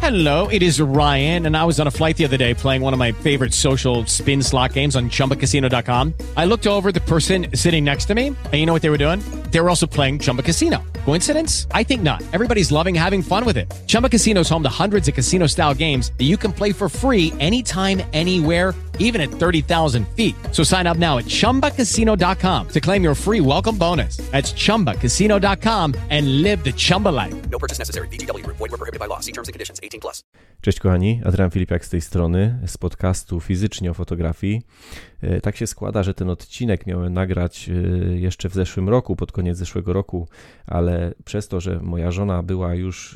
Hello, it is Ryan, and I was on a flight the other day playing one of my favorite social spin slot games on ChumbaCasino.com. I looked over the person sitting next to me, and you know what they were doing? They were also playing Chumba Casino. Coincidence? I think not. Everybody's loving having fun with it. Chumba Casino is home to hundreds of casino-style games that you can play for free anytime, anywhere, even at 30,000 feet. So sign up now at ChumbaCasino.com to claim your free welcome bonus. That's ChumbaCasino.com and live the Chumba life. No purchase necessary. VGW. Void where prohibited by law. See terms and conditions. 18+. Cześć kochani, Adrian Filipiak z tej strony, z podcastu Fizycznie o fotografii. Tak się składa, że ten odcinek miałem nagrać jeszcze w zeszłym roku, pod koniec zeszłego roku, ale przez to, że moja żona była już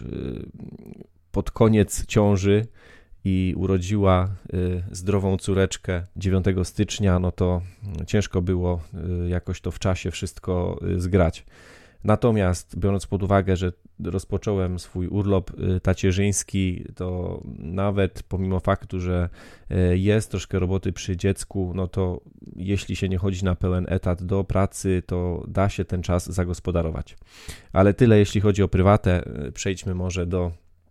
pod koniec ciąży i urodziła zdrową córeczkę 9 stycznia, no to ciężko było jakoś to w czasie wszystko zgrać. Natomiast biorąc pod uwagę, że rozpocząłem swój urlop tacierzyński, to nawet pomimo faktu, że jest troszkę roboty przy dziecku, no to jeśli się nie chodzi na pełen etat do pracy, to da się ten czas zagospodarować. Ale tyle jeśli chodzi o prywatę. Przejdźmy może do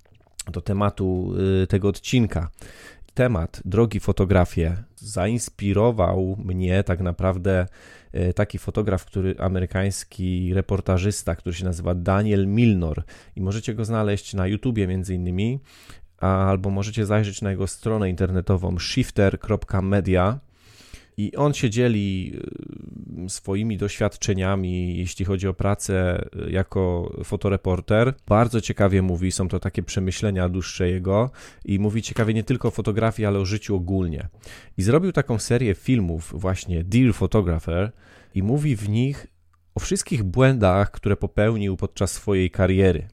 tematu tego odcinka. Temat drogi fotografie zainspirował mnie tak naprawdę taki fotograf, amerykański reportażysta, który się nazywa Daniel Milnor i możecie go znaleźć na YouTubie między innymi, albo możecie zajrzeć na jego stronę internetową shifter.media i on się dzieli swoimi doświadczeniami, jeśli chodzi o pracę jako fotoreporter. Bardzo ciekawie mówi, są to takie przemyślenia dłuższe jego i mówi ciekawie nie tylko o fotografii, ale o życiu ogólnie. I zrobił taką serię filmów właśnie Dear Photographer i mówi w nich o wszystkich błędach, które popełnił podczas swojej kariery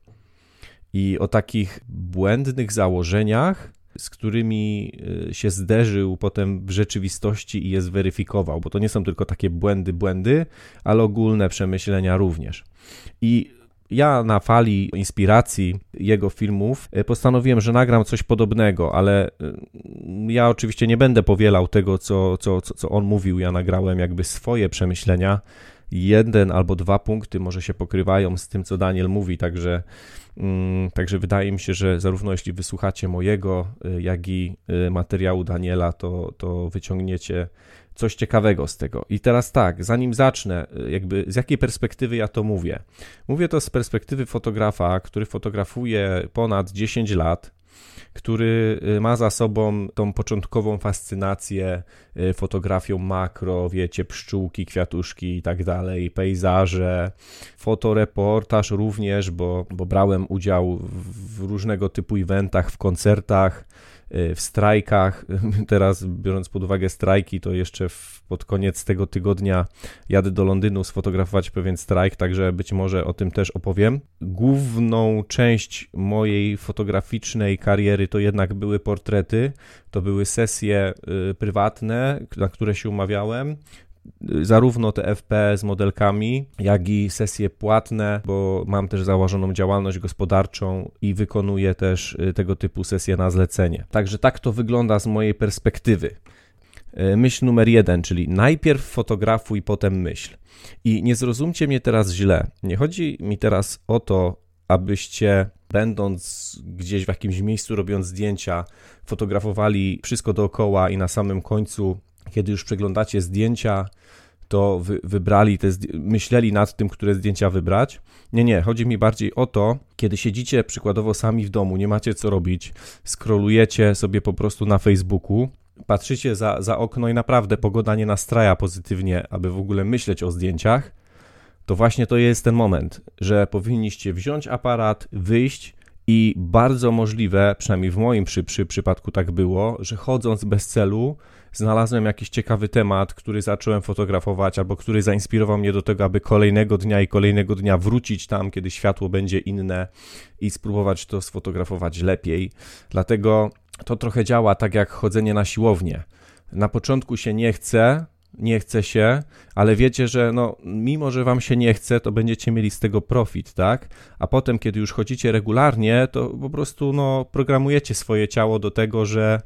i o takich błędnych założeniach, z którymi się zderzył potem w rzeczywistości i je zweryfikował, bo to nie są tylko takie błędy, ale ogólne przemyślenia również. I ja na fali inspiracji jego filmów postanowiłem, że nagram coś podobnego, ale ja oczywiście nie będę powielał tego, co on mówił. Ja nagrałem jakby swoje przemyślenia. 1 albo 2 punkty może się pokrywają z tym, co Daniel mówi, także wydaje mi się, że zarówno jeśli wysłuchacie mojego, jak i materiału Daniela, to wyciągniecie coś ciekawego z tego. I teraz tak, zanim zacznę, jakby z jakiej perspektywy ja to mówię? Mówię to z perspektywy fotografa, który fotografuje ponad 10 lat, który ma za sobą tą początkową fascynację fotografią makro, wiecie, pszczółki, kwiatuszki i tak dalej, pejzaże, fotoreportaż również, bo brałem udział w różnego typu eventach, w koncertach, w strajkach. Teraz biorąc pod uwagę strajki, to jeszcze pod koniec tego tygodnia jadę do Londynu sfotografować pewien strajk, także być może o tym też opowiem. Główną część mojej fotograficznej kariery to jednak były portrety, to były sesje prywatne, na które się umawiałem, zarówno te FP z modelkami, jak i sesje płatne, bo mam też założoną działalność gospodarczą i wykonuję też tego typu sesje na zlecenie. Także tak to wygląda z mojej perspektywy. Myśl numer 1, czyli najpierw fotografuj, potem myśl. I nie zrozumcie mnie teraz źle. Nie chodzi mi teraz o to, abyście będąc gdzieś w jakimś miejscu, robiąc zdjęcia, fotografowali wszystko dookoła i na samym końcu, kiedy już przeglądacie zdjęcia, to wybrali myśleli nad tym, które zdjęcia wybrać. Nie, chodzi mi bardziej o to, kiedy siedzicie przykładowo sami w domu, nie macie co robić, scrollujecie sobie po prostu na Facebooku, patrzycie za okno i naprawdę pogoda nie nastraja pozytywnie, aby w ogóle myśleć o zdjęciach, to właśnie to jest ten moment, że powinniście wziąć aparat, wyjść i bardzo możliwe, przynajmniej w moim przypadku tak było, że chodząc bez celu znalazłem jakiś ciekawy temat, który zacząłem fotografować albo który zainspirował mnie do tego, aby kolejnego dnia wrócić tam, kiedy światło będzie inne i spróbować to sfotografować lepiej. Dlatego to trochę działa tak jak chodzenie na siłownię. Na początku się nie chce się, ale wiecie, że mimo, że wam się nie chce, to będziecie mieli z tego profit, tak? A potem, kiedy już chodzicie regularnie, to po prostu programujecie swoje ciało do tego, że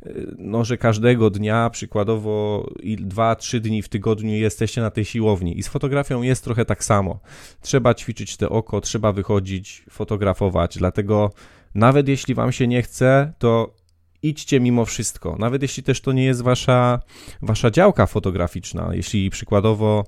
każdego dnia, przykładowo 2-3 dni w tygodniu jesteście na tej siłowni i z fotografią jest trochę tak samo. Trzeba ćwiczyć te oko, trzeba wychodzić, fotografować, dlatego Nawet jeśli wam się nie chce, to idźcie mimo wszystko. Nawet jeśli też to nie jest wasza działka fotograficzna. Jeśli przykładowo,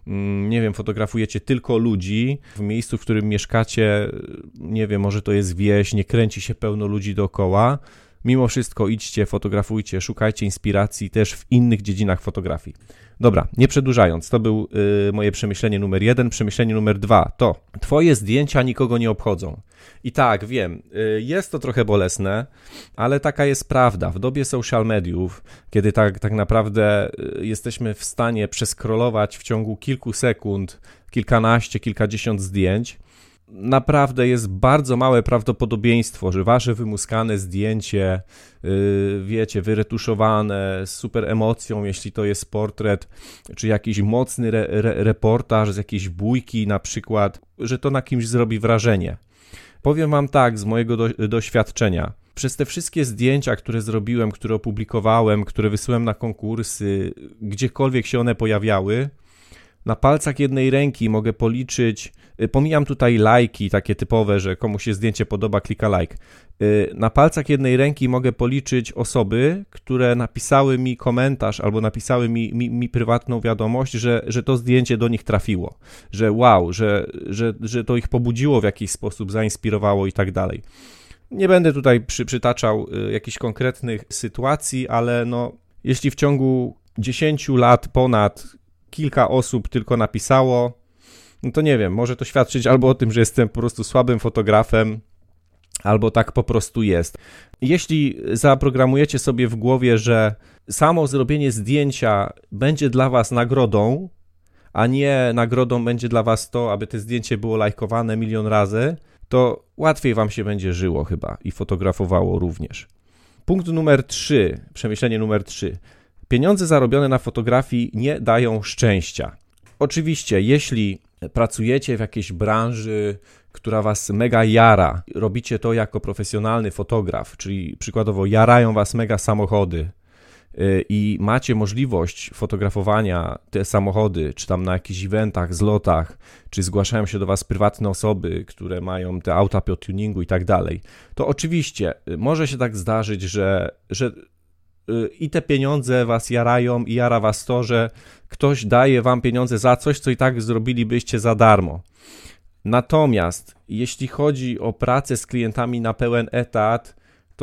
nie wiem, fotografujecie tylko ludzi w miejscu, w którym mieszkacie, nie wiem, może to jest wieś, nie kręci się pełno ludzi dookoła, mimo wszystko idźcie, fotografujcie, szukajcie inspiracji też w innych dziedzinach fotografii. Dobra, nie przedłużając, to był moje przemyślenie numer 1. Przemyślenie numer 2 to: twoje zdjęcia nikogo nie obchodzą. I tak, wiem, jest to trochę bolesne, ale taka jest prawda. W dobie social mediów, kiedy tak naprawdę jesteśmy w stanie przeskrolować w ciągu kilku sekund kilkanaście, kilkadziesiąt zdjęć, naprawdę jest bardzo małe prawdopodobieństwo, że wasze wymuskane zdjęcie, wiecie, wyretuszowane, z super emocją, jeśli to jest portret, czy jakiś mocny reportaż z jakiejś bójki na przykład, że to na kimś zrobi wrażenie. Powiem wam tak, z mojego doświadczenia, przez te wszystkie zdjęcia, które zrobiłem, które opublikowałem, które wysyłałem na konkursy, gdziekolwiek się one pojawiały, na palcach jednej ręki mogę policzyć, pomijam tutaj lajki takie typowe, że komuś się zdjęcie podoba, klika like. Na palcach jednej ręki mogę policzyć osoby, które napisały mi komentarz albo napisały mi prywatną wiadomość, że to zdjęcie do nich trafiło, że wow, że to ich pobudziło w jakiś sposób, zainspirowało i tak dalej. Nie będę tutaj przytaczał jakichś konkretnych sytuacji, ale no, jeśli w ciągu 10 lat ponad kilka osób tylko napisało, no to nie wiem, może to świadczyć albo o tym, że jestem po prostu słabym fotografem, albo tak po prostu jest. Jeśli zaprogramujecie sobie w głowie, że samo zrobienie zdjęcia będzie dla was nagrodą, a nie nagrodą będzie dla was to, aby to zdjęcie było lajkowane 1 000 000 razy, to łatwiej wam się będzie żyło chyba i fotografowało również. Punkt numer 3, przemyślenie numer 3. Pieniądze zarobione na fotografii nie dają szczęścia. Oczywiście, jeśli pracujecie w jakiejś branży, która was mega jara, robicie to jako profesjonalny fotograf, czyli przykładowo jarają was mega samochody i macie możliwość fotografowania te samochody, czy tam na jakichś eventach, zlotach, czy zgłaszają się do was prywatne osoby, które mają te auta po tuningu i tak dalej, to oczywiście może się tak zdarzyć, że i te pieniądze was jarają i jara was to, że ktoś daje wam pieniądze za coś, co i tak zrobilibyście za darmo. Natomiast jeśli chodzi o pracę z klientami na pełen etat,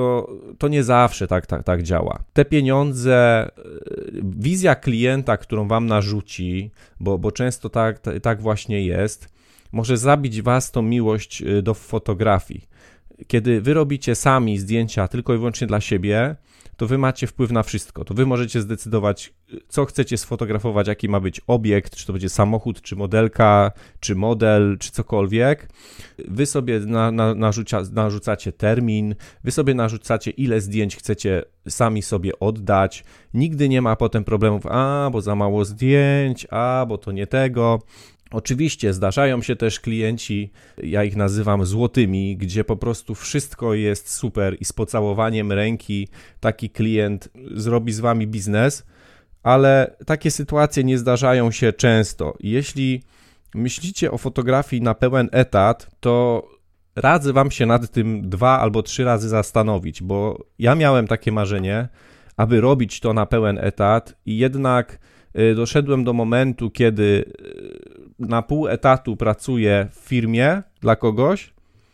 to nie zawsze tak działa. Te pieniądze, wizja klienta, którą wam narzuci, bo często tak właśnie jest, może zabić was tą miłość do fotografii. Kiedy wy robicie sami zdjęcia tylko i wyłącznie dla siebie, to wy macie wpływ na wszystko. To wy możecie zdecydować, co chcecie sfotografować, jaki ma być obiekt, czy to będzie samochód, czy modelka, czy model, czy cokolwiek. Wy sobie narzucacie termin, wy sobie narzucacie, ile zdjęć chcecie sami sobie oddać. Nigdy nie ma potem problemów, bo za mało zdjęć, bo to nie tego. Oczywiście zdarzają się też klienci, ja ich nazywam złotymi, gdzie po prostu wszystko jest super i z pocałowaniem ręki taki klient zrobi z wami biznes, ale takie sytuacje nie zdarzają się często. Jeśli myślicie o fotografii na pełen etat, to radzę wam się nad tym 2 albo 3 razy zastanowić, bo ja miałem takie marzenie, aby robić to na pełen etat i jednak doszedłem do momentu, kiedy na pół etatu pracuję w firmie dla kogoś,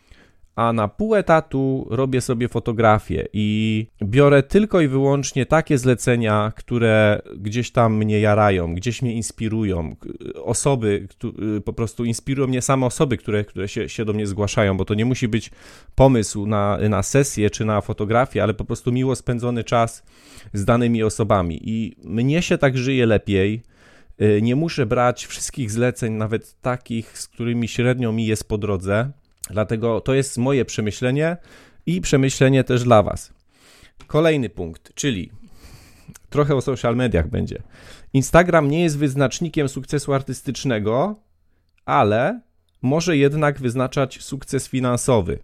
a na pół etatu robię sobie fotografię i biorę tylko i wyłącznie takie zlecenia, które gdzieś tam mnie jarają, gdzieś mnie inspirują, osoby, po prostu inspirują mnie same osoby, które się do mnie zgłaszają, bo to nie musi być pomysł na sesję czy na fotografię, ale po prostu miło spędzony czas z danymi osobami i mnie się tak żyje lepiej. Nie muszę brać wszystkich zleceń, nawet takich, z którymi średnio mi jest po drodze. Dlatego to jest moje przemyślenie i przemyślenie też dla was. Kolejny punkt, czyli trochę o social mediach będzie. Instagram nie jest wyznacznikiem sukcesu artystycznego, ale może jednak wyznaczać sukces finansowy.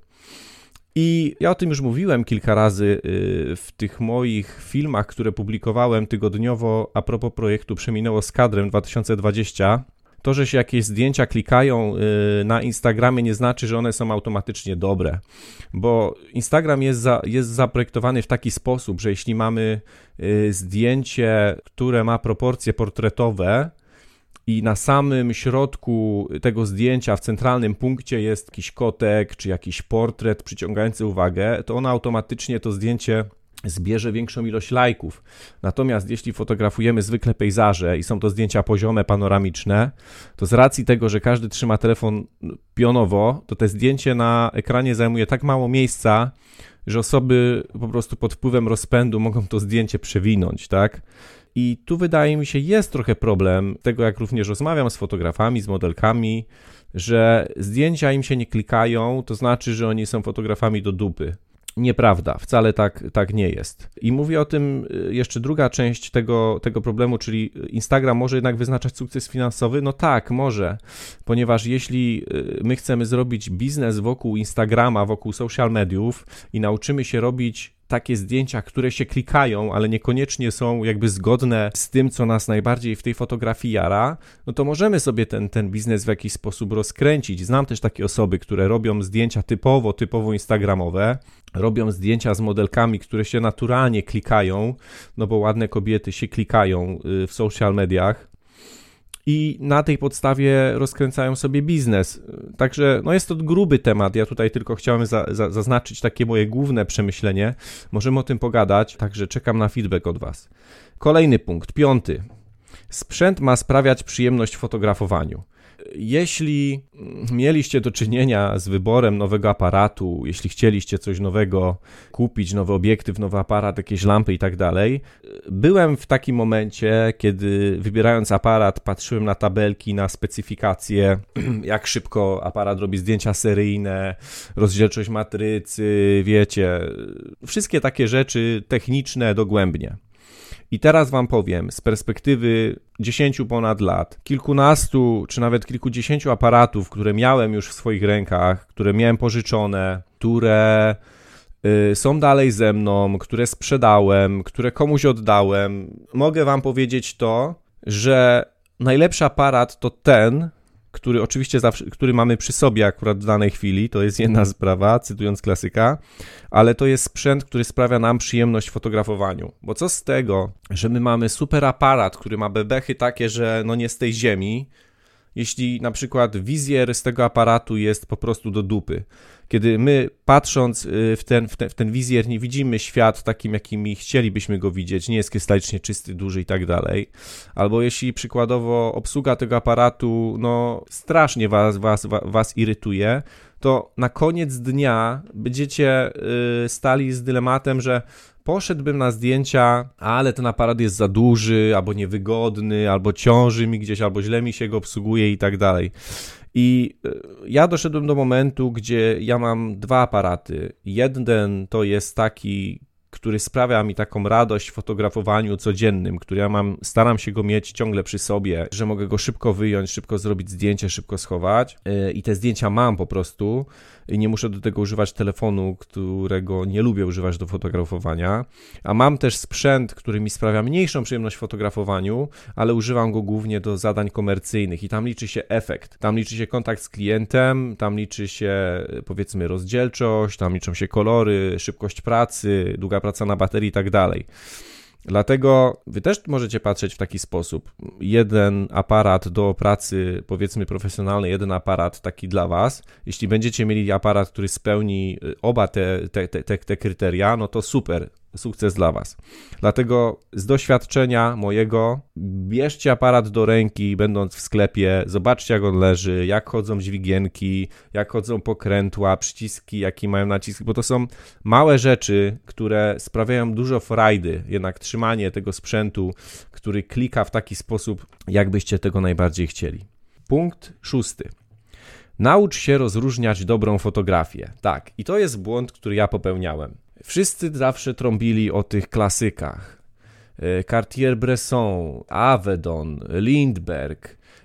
I ja o tym już mówiłem kilka razy w tych moich filmach, które publikowałem tygodniowo a propos projektu Przeminęło z kadrem 2020. to, że się jakieś zdjęcia klikają na Instagramie, nie znaczy, że one są automatycznie dobre, bo Instagram jest zaprojektowany w taki sposób, że jeśli mamy zdjęcie, które ma proporcje portretowe i na samym środku tego zdjęcia, w centralnym punkcie jest jakiś kotek czy jakiś portret przyciągający uwagę, to ona automatycznie to zdjęcie zbierze większą ilość lajków. Natomiast jeśli fotografujemy zwykle pejzaże i są to zdjęcia poziome, panoramiczne, to z racji tego, że każdy trzyma telefon pionowo, to te zdjęcie na ekranie zajmuje tak mało miejsca, że osoby po prostu pod wpływem rozpędu mogą to zdjęcie przewinąć, tak? I tu wydaje mi się jest trochę problem tego, jak również rozmawiam z fotografami, z modelkami, że zdjęcia im się nie klikają, to znaczy, że oni są fotografami do dupy. Nieprawda, wcale tak nie jest. I mówię o tym jeszcze druga część tego problemu, czyli Instagram może jednak wyznaczać sukces finansowy? No tak, może, ponieważ jeśli my chcemy zrobić biznes wokół Instagrama, wokół social mediów i nauczymy się robić takie zdjęcia, które się klikają, ale niekoniecznie są jakby zgodne z tym, co nas najbardziej w tej fotografii jara, no to możemy sobie ten biznes w jakiś sposób rozkręcić. Znam też takie osoby, które robią zdjęcia typowo instagramowe, robią zdjęcia z modelkami, które się naturalnie klikają, no bo ładne kobiety się klikają w social mediach i na tej podstawie rozkręcają sobie biznes. Także no jest to gruby temat, ja tutaj tylko chciałem zaznaczyć takie moje główne przemyślenie. Możemy o tym pogadać, także czekam na feedback od Was. Kolejny punkt, 5. Sprzęt ma sprawiać przyjemność w fotografowaniu. Jeśli mieliście do czynienia z wyborem nowego aparatu, jeśli chcieliście coś nowego kupić, nowy obiektyw, nowy aparat, jakieś lampy i tak dalej, byłem w takim momencie, kiedy wybierając aparat patrzyłem na tabelki, na specyfikacje, jak szybko aparat robi zdjęcia seryjne, rozdzielczość matrycy, wiecie, wszystkie takie rzeczy techniczne dogłębnie. I teraz Wam powiem, z perspektywy 10 ponad lat, kilkunastu czy nawet kilkudziesięciu aparatów, które miałem już w swoich rękach, które miałem pożyczone, które są dalej ze mną, które sprzedałem, które komuś oddałem, mogę Wam powiedzieć to, że najlepszy aparat to ten, który oczywiście który mamy przy sobie akurat w danej chwili, to jest jedna sprawa, cytując klasyka, ale to jest sprzęt, który sprawia nam przyjemność w fotografowaniu. Bo co z tego, że my mamy super aparat, który ma bebechy takie, że no nie z tej ziemi, jeśli na przykład wizjer z tego aparatu jest po prostu do dupy. Kiedy my patrząc w ten wizjer nie widzimy świat takim, jakimi chcielibyśmy go widzieć, nie jest krystalicznie czysty, duży i tak dalej. Albo jeśli przykładowo obsługa tego aparatu no strasznie was irytuje, to na koniec dnia będziecie stali z dylematem, że poszedłbym na zdjęcia, ale ten aparat jest za duży, albo niewygodny, albo ciąży mi gdzieś, albo źle mi się go obsługuje i tak dalej. I ja doszedłem do momentu, gdzie ja mam 2 aparaty. Jeden to jest taki, który sprawia mi taką radość w fotografowaniu codziennym, który staram się go mieć ciągle przy sobie, że mogę go szybko wyjąć, szybko zrobić zdjęcie, szybko schować i te zdjęcia mam po prostu i nie muszę do tego używać telefonu, którego nie lubię używać do fotografowania, a mam też sprzęt, który mi sprawia mniejszą przyjemność w fotografowaniu, ale używam go głównie do zadań komercyjnych i tam liczy się efekt, tam liczy się kontakt z klientem, tam liczy się powiedzmy rozdzielczość, tam liczą się kolory, szybkość pracy, długa praca na baterii i tak dalej. Dlatego wy też możecie patrzeć w taki sposób. Jeden aparat do pracy, powiedzmy profesjonalnej, jeden aparat taki dla was. Jeśli będziecie mieli aparat, który spełni oba te kryteria, no to super, sukces dla was. Dlatego z doświadczenia mojego bierzcie aparat do ręki, będąc w sklepie, zobaczcie jak on leży, jak chodzą dźwigienki, jak chodzą pokrętła, przyciski, jaki mają naciski, bo to są małe rzeczy, które sprawiają dużo frajdy, jednak trzymanie tego sprzętu, który klika w taki sposób, jakbyście tego najbardziej chcieli. Punkt 6. Naucz się rozróżniać dobrą fotografię. Tak, i to jest błąd, który ja popełniałem. Wszyscy zawsze trąbili o tych klasykach. Cartier-Bresson, Avedon, Lindbergh,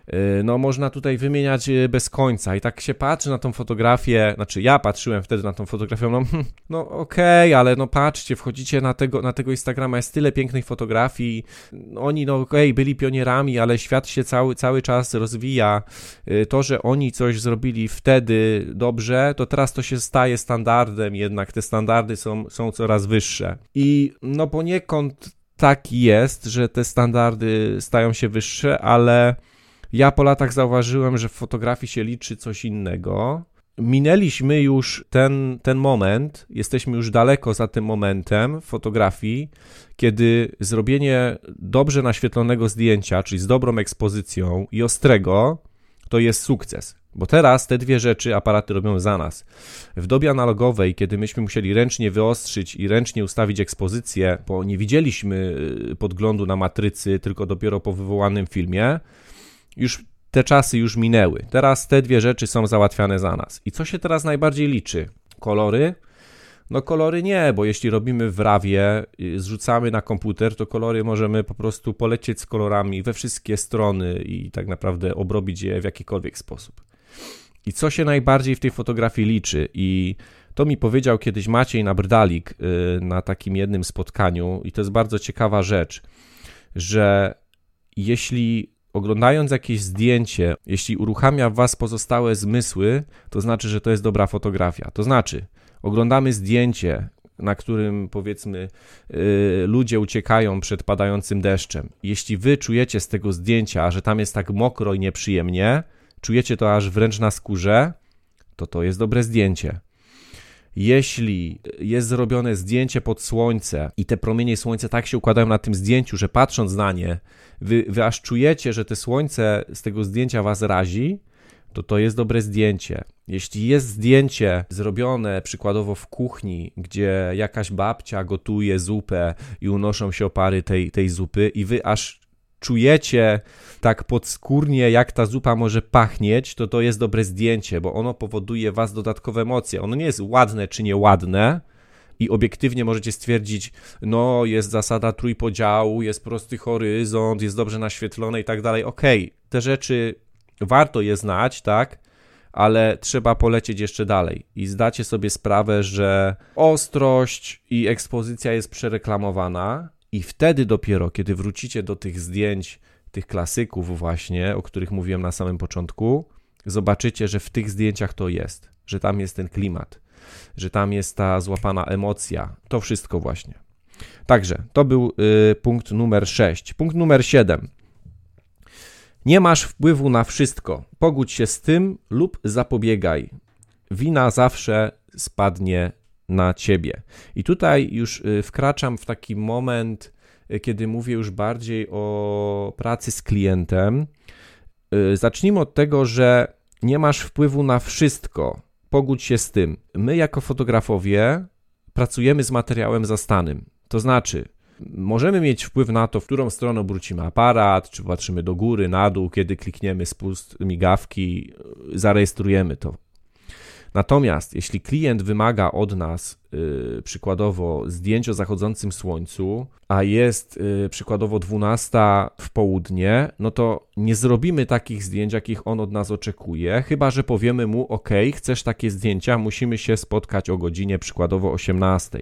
No można tutaj wymieniać bez końca i tak się patrzy na tą fotografię, znaczy ja patrzyłem wtedy na tą fotografię, no okej, ale no patrzcie, wchodzicie na tego Instagrama, jest tyle pięknych fotografii, oni no okej, byli pionierami, ale świat się cały czas rozwija, to, że oni coś zrobili wtedy dobrze, to teraz to się staje standardem, jednak te standardy są coraz wyższe i no poniekąd tak jest, że te standardy stają się wyższe, ale ja po latach zauważyłem, że w fotografii się liczy coś innego. Minęliśmy już ten moment, jesteśmy już daleko za tym momentem w fotografii, kiedy zrobienie dobrze naświetlonego zdjęcia, czyli z dobrą ekspozycją i ostrego, to jest sukces. Bo teraz te dwie rzeczy aparaty robią za nas. W dobie analogowej, kiedy myśmy musieli ręcznie wyostrzyć i ręcznie ustawić ekspozycję, bo nie widzieliśmy podglądu na matrycy, tylko dopiero po wywołanym filmie, już te czasy już minęły. Teraz te dwie rzeczy są załatwiane za nas. I co się teraz najbardziej liczy? Kolory? No kolory nie, bo jeśli robimy w RAWie, zrzucamy na komputer, to kolory możemy po prostu polecieć z kolorami we wszystkie strony i tak naprawdę obrobić je w jakikolwiek sposób. I co się najbardziej w tej fotografii liczy? I to mi powiedział kiedyś Maciej Nabrdalik na takim jednym spotkaniu i to jest bardzo ciekawa rzecz, że jeśli oglądając jakieś zdjęcie, jeśli uruchamia w was pozostałe zmysły, to znaczy, że to jest dobra fotografia. To znaczy, oglądamy zdjęcie, na którym powiedzmy ludzie uciekają przed padającym deszczem. Jeśli wy czujecie z tego zdjęcia, że tam jest tak mokro i nieprzyjemnie, czujecie to aż wręcz na skórze, to jest dobre zdjęcie. Jeśli jest zrobione zdjęcie pod słońce i te promienie słońca tak się układają na tym zdjęciu, że patrząc na nie, wy aż czujecie, że te słońce z tego zdjęcia was razi, to jest dobre zdjęcie. Jeśli jest zdjęcie zrobione przykładowo w kuchni, gdzie jakaś babcia gotuje zupę i unoszą się opary tej zupy i wy aż czujecie tak podskórnie, jak ta zupa może pachnieć, to jest dobre zdjęcie, bo ono powoduje w was dodatkowe emocje. Ono nie jest ładne czy nieładne i obiektywnie możecie stwierdzić, no jest zasada trójpodziału, jest prosty horyzont, jest dobrze naświetlone i tak dalej. Okej, te rzeczy warto je znać, tak? Ale trzeba polecieć jeszcze dalej i zdacie sobie sprawę, że ostrość i ekspozycja jest przereklamowana i wtedy dopiero, kiedy wrócicie do tych zdjęć, tych klasyków właśnie, o których mówiłem na samym początku, zobaczycie, że w tych zdjęciach to jest, że tam jest ten klimat, że tam jest ta złapana emocja, to wszystko właśnie. Także to był punkt numer 6. Punkt numer 7. Nie masz wpływu na wszystko. Pogódź się z tym lub zapobiegaj. Wina zawsze spadnie na ciebie. I tutaj już wkraczam w taki moment, kiedy mówię już bardziej o pracy z klientem. Zacznijmy od tego, że nie masz wpływu na wszystko. Pogódź się z tym. My jako fotografowie pracujemy z materiałem zastanym. To znaczy, możemy mieć wpływ na to, w którą stronę obrócimy aparat, czy patrzymy do góry, na dół, kiedy klikniemy spust migawki, zarejestrujemy to. Natomiast jeśli klient wymaga od nas przykładowo zdjęć o zachodzącym słońcu, a jest przykładowo 12 w południe, no to nie zrobimy takich zdjęć, jakich on od nas oczekuje, chyba że powiemy mu, ok, chcesz takie zdjęcia, musimy się spotkać o godzinie przykładowo 18.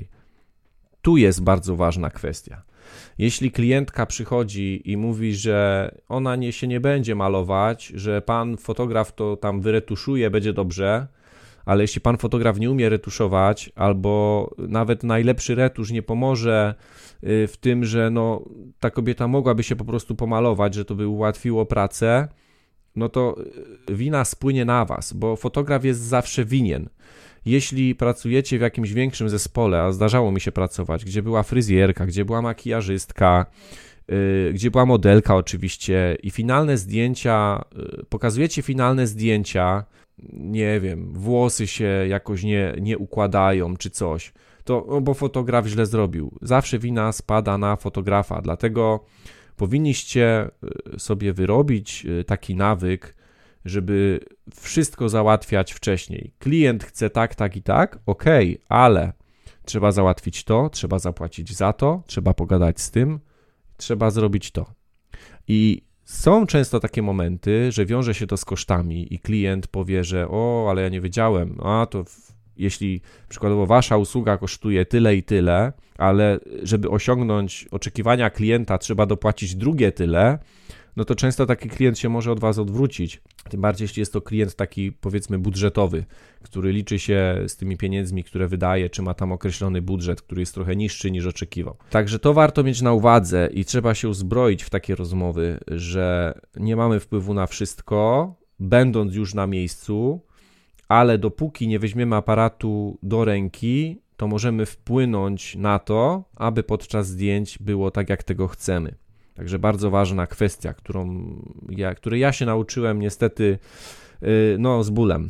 Tu jest bardzo ważna kwestia. Jeśli klientka przychodzi i mówi, że ona się nie będzie malować, że pan fotograf to tam wyretuszuje, będzie dobrze, ale jeśli pan fotograf nie umie retuszować, albo nawet najlepszy retusz nie pomoże w tym, że no, ta kobieta mogłaby się po prostu pomalować, że to by ułatwiło pracę, no to wina spłynie na was, bo fotograf jest zawsze winien. Jeśli pracujecie w jakimś większym zespole, a zdarzało mi się pracować, gdzie była fryzjerka, gdzie była makijażystka, gdzie była modelka oczywiście i finalne zdjęcia, pokazujecie finalne zdjęcia, nie wiem, włosy się jakoś nie układają czy coś, to bo fotograf źle zrobił. Zawsze wina spada na fotografa, dlatego powinniście sobie wyrobić taki nawyk, żeby wszystko załatwiać wcześniej. Klient chce tak, tak i tak, okej, ale trzeba załatwić to, trzeba zapłacić za to, trzeba pogadać z tym, trzeba zrobić to. I Są często takie momenty, że wiąże się to z kosztami i klient powie, że ale ja nie wiedziałem, jeśli przykładowo wasza usługa kosztuje tyle i tyle, ale żeby osiągnąć oczekiwania klienta trzeba dopłacić drugie tyle, no to często taki klient się może od was odwrócić. Tym bardziej, jeśli jest to klient taki, powiedzmy, budżetowy, który liczy się z tymi pieniędzmi, które wydaje, czy ma tam określony budżet, który jest trochę niższy niż oczekiwał. Także to warto mieć na uwadze i trzeba się uzbroić w takie rozmowy, że nie mamy wpływu na wszystko, będąc już na miejscu, ale dopóki nie weźmiemy aparatu do ręki, to możemy wpłynąć na to, aby podczas zdjęć było tak, jak tego chcemy. Także bardzo ważna kwestia, której ja się nauczyłem niestety z bólem.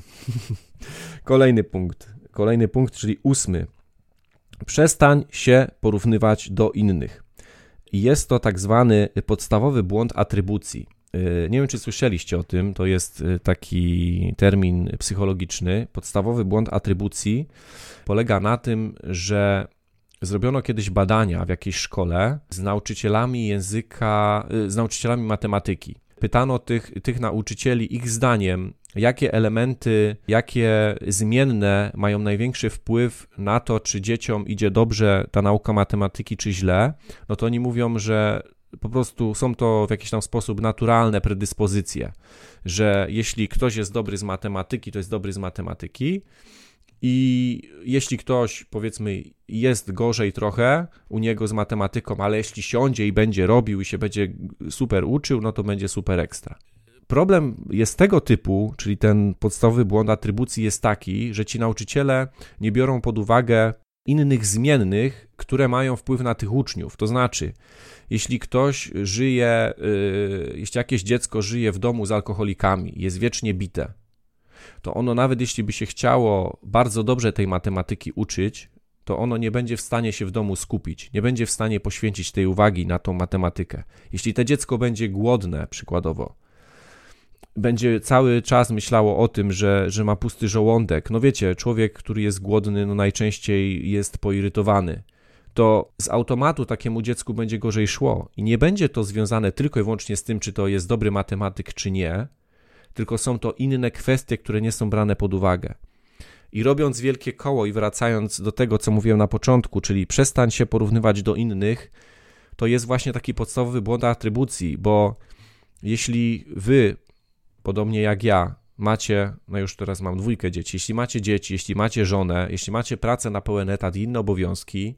Kolejny punkt, czyli 8. Przestań się porównywać do innych. Jest to tak zwany podstawowy błąd atrybucji. Nie wiem, czy słyszeliście o tym, to jest taki termin psychologiczny. Podstawowy błąd atrybucji polega na tym, że zrobiono kiedyś badania w jakiejś szkole z nauczycielami języka, z nauczycielami matematyki. Pytano tych nauczycieli ich zdaniem, jakie elementy, jakie zmienne mają największy wpływ na to, czy dzieciom idzie dobrze ta nauka matematyki, czy źle. No to oni mówią, że po prostu są to w jakiś tam sposób naturalne predyspozycje, że jeśli ktoś jest dobry z matematyki, to jest dobry z matematyki. I jeśli ktoś, powiedzmy, jest gorzej trochę u niego z matematyką, ale jeśli siądzie i będzie robił i się będzie super uczył, no to będzie super ekstra. Problem jest tego typu, czyli ten podstawowy błąd atrybucji jest taki, że ci nauczyciele nie biorą pod uwagę innych zmiennych, które mają wpływ na tych uczniów. To znaczy, jeśli jeśli jakieś dziecko żyje w domu z alkoholikami, jest wiecznie bite, to ono nawet jeśli by się chciało bardzo dobrze tej matematyki uczyć, to ono nie będzie w stanie się w domu skupić, nie będzie w stanie poświęcić tej uwagi na tą matematykę. Jeśli to dziecko będzie głodne, przykładowo, będzie cały czas myślało o tym, że ma pusty żołądek. No wiecie, człowiek, który jest głodny, no najczęściej jest poirytowany. To z automatu takiemu dziecku będzie gorzej szło i nie będzie to związane tylko i wyłącznie z tym, czy to jest dobry matematyk, czy nie, tylko są to inne kwestie, które nie są brane pod uwagę. I robiąc wielkie koło i wracając do tego, co mówiłem na początku, czyli przestań się porównywać do innych, to jest właśnie taki podstawowy błąd atrybucji, bo jeśli wy, podobnie jak ja, macie, no już teraz mam 2 dzieci, jeśli macie dzieci, jeśli macie żonę, jeśli macie pracę na pełen etat i inne obowiązki,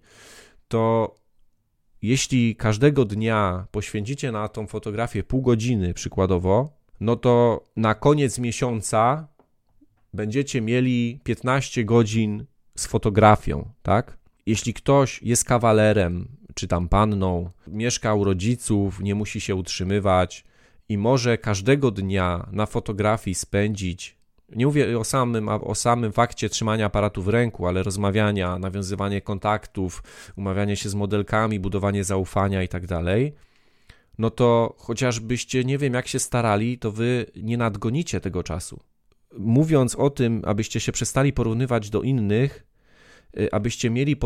to jeśli każdego dnia poświęcicie na tą fotografię pół godziny przykładowo, no to na koniec miesiąca będziecie mieli 15 godzin z fotografią, tak? Jeśli ktoś jest kawalerem, czy tam panną, mieszka u rodziców, nie musi się utrzymywać i może każdego dnia na fotografii spędzić, nie mówię o samym fakcie trzymania aparatu w ręku, ale rozmawiania, nawiązywanie kontaktów, umawianie się z modelkami, budowanie zaufania i tak dalej, no to chociażbyście nie wiem jak się starali, to wy nie nadgonicie tego czasu. Mówiąc o tym, abyście się przestali porównywać do innych, abyście mieli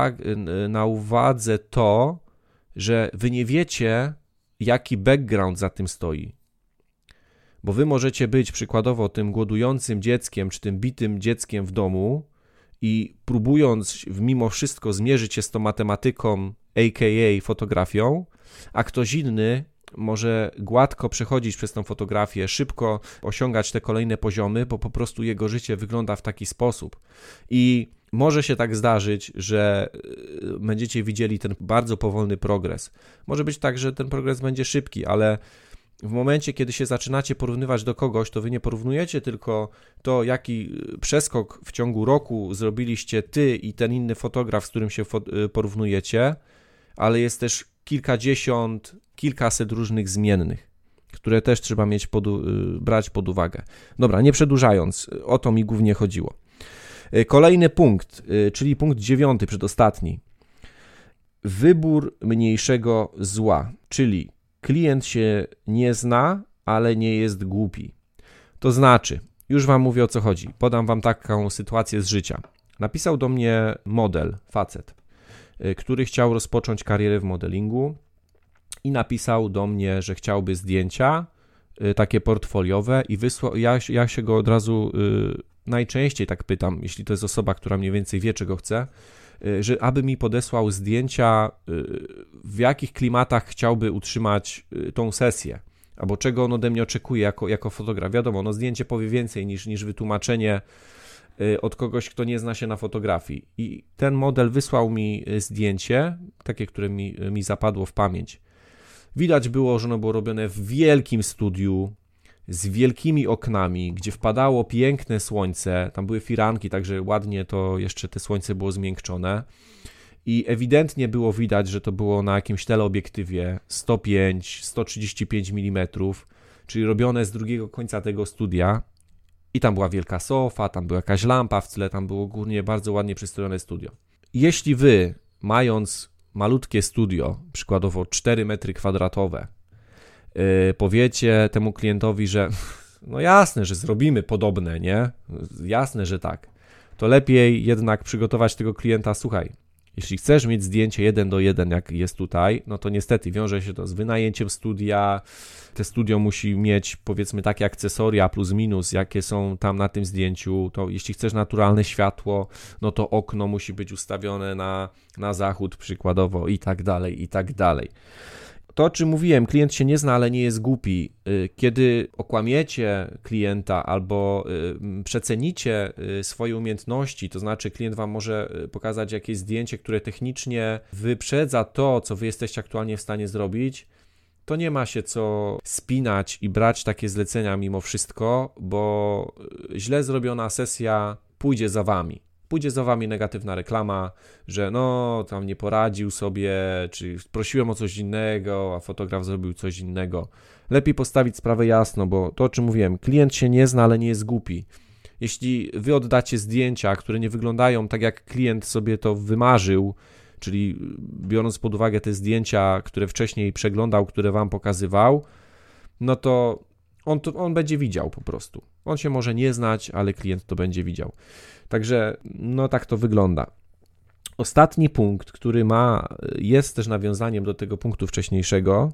na uwadze to, że wy nie wiecie, jaki background za tym stoi. Bo wy możecie być przykładowo tym głodującym dzieckiem, czy tym bitym dzieckiem w domu i próbując mimo wszystko zmierzyć się z tą matematyką, a.k.a. fotografią, a ktoś inny może gładko przechodzić przez tą fotografię, szybko osiągać te kolejne poziomy, bo po prostu jego życie wygląda w taki sposób. I może się tak zdarzyć, że będziecie widzieli ten bardzo powolny progres. Może być tak, że ten progres będzie szybki, ale w momencie, kiedy się zaczynacie porównywać do kogoś, to wy nie porównujecie tylko to, jaki przeskok w ciągu roku zrobiliście ty i ten inny fotograf, z którym się porównujecie, ale jest też kilkadziesiąt, kilkaset różnych zmiennych, które też trzeba brać pod uwagę. Dobra, nie przedłużając, o to mi głównie chodziło. Kolejny punkt, czyli punkt 9, przedostatni. Wybór mniejszego zła, czyli klient się nie zna, ale nie jest głupi. To znaczy, już wam mówię o co chodzi, podam wam taką sytuację z życia. Napisał do mnie model, facet, który chciał rozpocząć karierę w modelingu i napisał do mnie, że chciałby zdjęcia takie portfoliowe i wysłał. Ja się go od razu najczęściej tak pytam, jeśli to jest osoba, która mniej więcej wie, czego chce, że aby mi podesłał zdjęcia, w jakich klimatach chciałby utrzymać tą sesję, albo czego on ode mnie oczekuje jako fotograf. Wiadomo, no zdjęcie powie więcej niż wytłumaczenie od kogoś, kto nie zna się na fotografii. I ten model wysłał mi zdjęcie, takie, które mi zapadło w pamięć. Widać było, że ono było robione w wielkim studiu, z wielkimi oknami, gdzie wpadało piękne słońce, tam były firanki, także ładnie to jeszcze te słońce było zmiękczone i ewidentnie było widać, że to było na jakimś teleobiektywie 105-135 mm, czyli robione z drugiego końca tego studia i tam była wielka sofa, tam była jakaś lampa w tle, tam było ogólnie bardzo ładnie przystrojone studio. Jeśli wy, mając malutkie studio, przykładowo 4 metry kwadratowe, powiecie temu klientowi, że no jasne, że zrobimy podobne, nie? Jasne, że tak. To lepiej jednak przygotować tego klienta, słuchaj, jeśli chcesz mieć zdjęcie 1:1, jak jest tutaj, no to niestety wiąże się to z wynajęciem studia. Te studio musi mieć, powiedzmy, takie akcesoria plus minus, jakie są tam na tym zdjęciu. To jeśli chcesz naturalne światło, no to okno musi być ustawione na zachód przykładowo i tak dalej, i tak dalej. To, o czym mówiłem, klient się nie zna, ale nie jest głupi. Kiedy okłamiecie klienta albo przecenicie swoje umiejętności, to znaczy klient wam może pokazać jakieś zdjęcie, które technicznie wyprzedza to, co wy jesteście aktualnie w stanie zrobić, to nie ma się co spinać i brać takie zlecenia mimo wszystko, bo źle zrobiona sesja pójdzie za wami. Pójdzie za wami negatywna reklama, że no tam nie poradził sobie, czy prosiłem o coś innego, a fotograf zrobił coś innego. Lepiej postawić sprawę jasno, bo to, o czym mówiłem, klient się nie zna, ale nie jest głupi. Jeśli wy oddacie zdjęcia, które nie wyglądają tak, jak klient sobie to wymarzył, czyli biorąc pod uwagę te zdjęcia, które wcześniej przeglądał, które wam pokazywał, no to on będzie widział po prostu. On się może nie znać, ale klient to będzie widział. Także no tak to wygląda. Ostatni punkt, który jest też nawiązaniem do tego punktu wcześniejszego.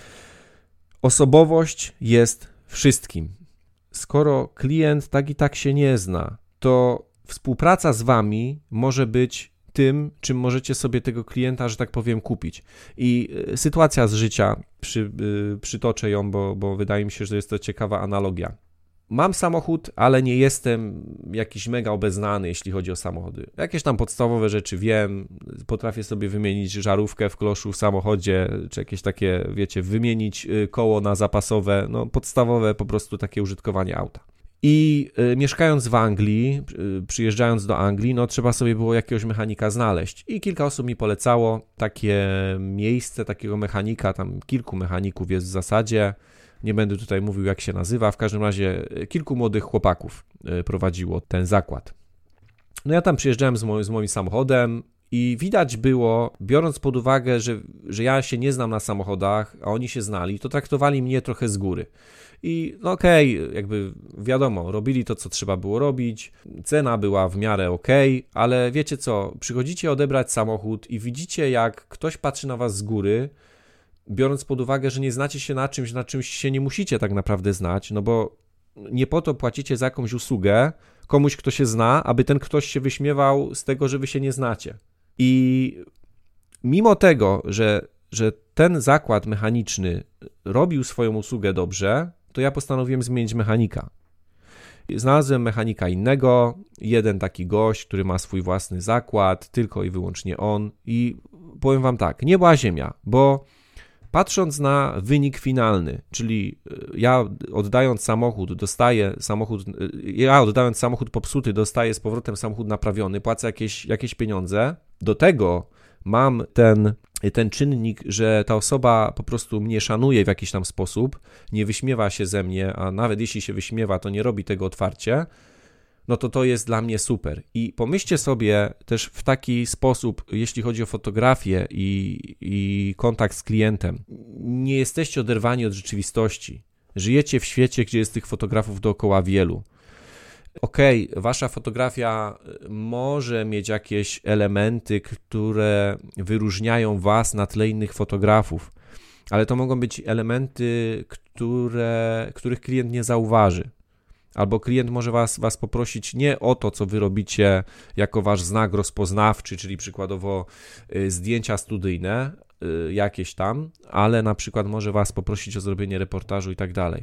Osobowość jest wszystkim. Skoro klient tak i tak się nie zna, to współpraca z wami może być tym, czym możecie sobie tego klienta, że tak powiem, kupić. I sytuacja z życia, przytoczę ją, bo wydaje mi się, że jest to ciekawa analogia. Mam samochód, ale nie jestem jakiś mega obeznany, jeśli chodzi o samochody. Jakieś tam podstawowe rzeczy wiem, potrafię sobie wymienić żarówkę w kloszu w samochodzie, czy jakieś takie, wiecie, wymienić koło na zapasowe, no podstawowe po prostu takie użytkowanie auta. I mieszkając w Anglii, przyjeżdżając do Anglii, no trzeba sobie było jakiegoś mechanika znaleźć. I kilka osób mi polecało takie miejsce, takiego mechanika, tam kilku mechaników jest w zasadzie. Nie będę tutaj mówił, jak się nazywa. W każdym razie kilku młodych chłopaków prowadziło ten zakład. No ja tam przyjeżdżałem z moim samochodem i widać było, biorąc pod uwagę, że ja się nie znam na samochodach, a oni się znali, to traktowali mnie trochę z góry. I no okej, jakby wiadomo, robili to, co trzeba było robić, cena była w miarę okej, ale wiecie co, przychodzicie odebrać samochód i widzicie, jak ktoś patrzy na was z góry, biorąc pod uwagę, że nie znacie się na czymś się nie musicie tak naprawdę znać, no bo nie po to płacicie za jakąś usługę komuś, kto się zna, aby ten ktoś się wyśmiewał z tego, że wy się nie znacie. I mimo tego, że ten zakład mechaniczny robił swoją usługę dobrze, to ja postanowiłem zmienić mechanika. Znalazłem mechanika innego, jeden taki gość, który ma swój własny zakład, tylko i wyłącznie on i powiem wam tak, nie była ziemia, bo patrząc na wynik finalny, czyli ja oddając samochód popsuty, dostaję z powrotem samochód naprawiony, płacę jakieś pieniądze, do tego mam ten czynnik, że ta osoba po prostu mnie szanuje w jakiś tam sposób, nie wyśmiewa się ze mnie, a nawet jeśli się wyśmiewa, to nie robi tego otwarcie, no to jest dla mnie super. I pomyślcie sobie też w taki sposób, jeśli chodzi o fotografię i kontakt z klientem, nie jesteście oderwani od rzeczywistości. Żyjecie w świecie, gdzie jest tych fotografów dookoła wielu. Okej, wasza fotografia może mieć jakieś elementy, które wyróżniają was na tle innych fotografów, ale to mogą być elementy, których klient nie zauważy. Albo klient może was poprosić nie o to, co wy robicie jako wasz znak rozpoznawczy, czyli przykładowo zdjęcia studyjne jakieś tam, ale na przykład może was poprosić o zrobienie reportażu i tak dalej.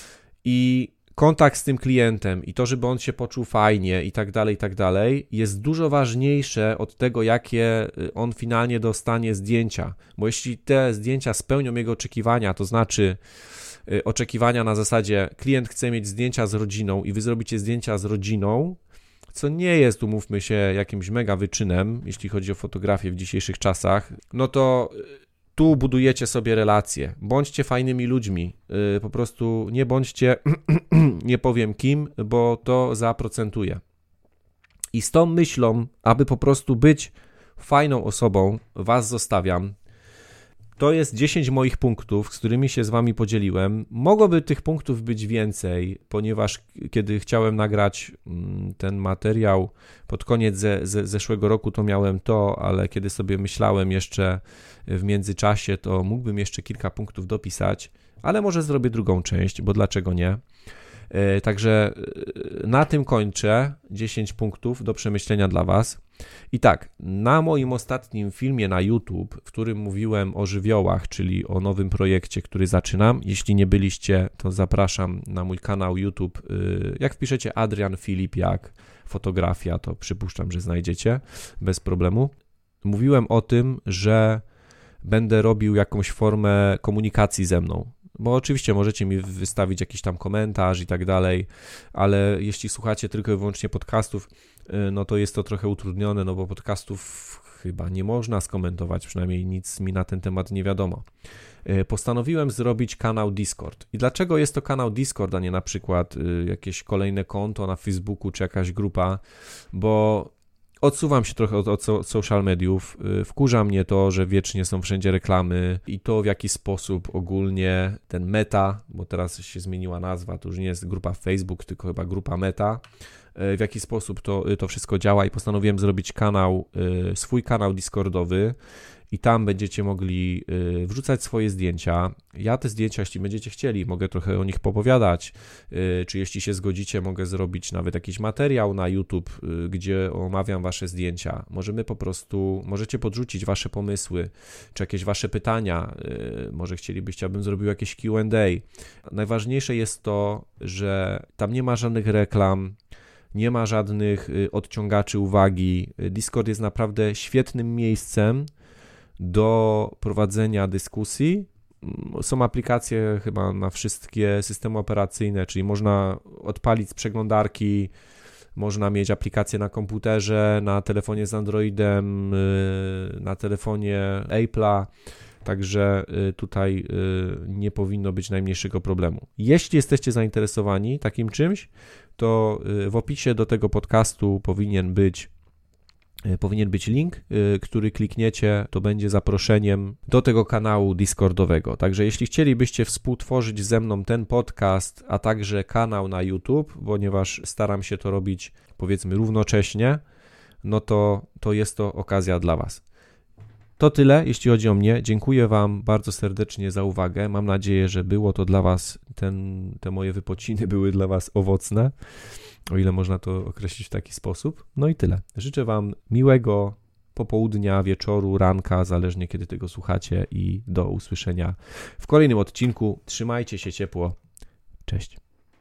I kontakt z tym klientem i to, żeby on się poczuł fajnie i tak dalej, jest dużo ważniejsze od tego, jakie on finalnie dostanie zdjęcia. Bo jeśli te zdjęcia spełnią jego oczekiwania, to znaczy oczekiwania na zasadzie klient chce mieć zdjęcia z rodziną i wy zrobicie zdjęcia z rodziną, co nie jest, umówmy się, jakimś mega wyczynem, jeśli chodzi o fotografię w dzisiejszych czasach, no to tu budujecie sobie relacje. Bądźcie fajnymi ludźmi. Po prostu nie bądźcie, nie powiem kim, bo to zaprocentuje. I z tą myślą, aby po prostu być fajną osobą, was zostawiam. To jest 10 moich punktów, z którymi się z wami podzieliłem. Mogłoby tych punktów być więcej, ponieważ kiedy chciałem nagrać ten materiał pod koniec zeszłego roku, to miałem to, ale kiedy sobie myślałem jeszcze w międzyczasie, to mógłbym jeszcze kilka punktów dopisać, ale może zrobię drugą część, bo dlaczego nie? Także na tym kończę. 10 punktów do przemyślenia dla was. I tak, na moim ostatnim filmie na YouTube, w którym mówiłem o żywiołach, czyli o nowym projekcie, który zaczynam, jeśli nie byliście, to zapraszam na mój kanał YouTube. Jak wpiszecie Adrian Filipiak fotografia, to przypuszczam, że znajdziecie bez problemu. Mówiłem o tym, że będę robił jakąś formę komunikacji ze mną. Bo oczywiście możecie mi wystawić jakiś tam komentarz i tak dalej, ale jeśli słuchacie tylko i wyłącznie podcastów, no to jest to trochę utrudnione, no bo podcastów chyba nie można skomentować, przynajmniej nic mi na ten temat nie wiadomo. Postanowiłem zrobić kanał Discord. I dlaczego jest to kanał Discord, a nie na przykład jakieś kolejne konto na Facebooku czy jakaś grupa? Bo odsuwam się trochę od social mediów, wkurza mnie to, że wiecznie są wszędzie reklamy i to w jaki sposób ogólnie ten Meta, bo teraz się zmieniła nazwa, to już nie jest grupa Facebook, tylko chyba grupa Meta, w jaki sposób to wszystko działa i postanowiłem zrobić swój kanał Discordowy i tam będziecie mogli wrzucać swoje zdjęcia. Ja te zdjęcia, jeśli będziecie chcieli, mogę trochę o nich popowiadać, czy jeśli się zgodzicie, mogę zrobić nawet jakiś materiał na YouTube, gdzie omawiam wasze zdjęcia. Możecie podrzucić wasze pomysły, czy jakieś wasze pytania, może chcielibyście, abym zrobił jakieś Q&A. Najważniejsze jest to, że tam nie ma żadnych reklam, nie ma żadnych odciągaczy uwagi. Discord jest naprawdę świetnym miejscem do prowadzenia dyskusji. Są aplikacje chyba na wszystkie systemy operacyjne, czyli można odpalić z przeglądarki, można mieć aplikacje na komputerze, na telefonie z Androidem, na telefonie Apple'a, także tutaj nie powinno być najmniejszego problemu. Jeśli jesteście zainteresowani takim czymś, to w opisie do tego podcastu powinien być link, który klikniecie, to będzie zaproszeniem do tego kanału Discordowego. Także jeśli chcielibyście współtworzyć ze mną ten podcast, a także kanał na YouTube, ponieważ staram się to robić, powiedzmy, równocześnie, no to jest to okazja dla was. To tyle, jeśli chodzi o mnie. Dziękuję wam bardzo serdecznie za uwagę. Mam nadzieję, że było to dla was, te moje wypociny były dla was owocne, o ile można to określić w taki sposób. No i tyle. Życzę wam miłego popołudnia, wieczoru, ranka, zależnie kiedy tego słuchacie i do usłyszenia w kolejnym odcinku. Trzymajcie się ciepło. Cześć.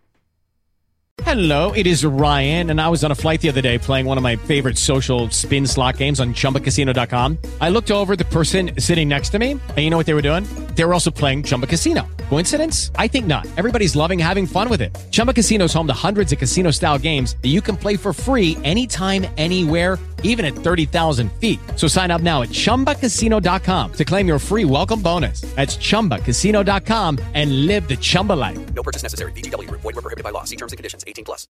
Hello, it is Ryan, and I was on a flight the other day playing one of my favorite social spin slot games on ChumbaCasino.com. I looked over at the person sitting next to me, and you know what they were doing? They were also playing Chumba Casino. Coincidence? I think not. Everybody's loving having fun with it. Chumba Casino is home to hundreds of casino-style games that you can play for free anytime, anywhere, even at 30,000 feet. So sign up now at ChumbaCasino.com to claim your free welcome bonus. That's ChumbaCasino.com and live the Chumba life. No purchase necessary. VGW Group. Void where prohibited by law. See terms and conditions. 18+.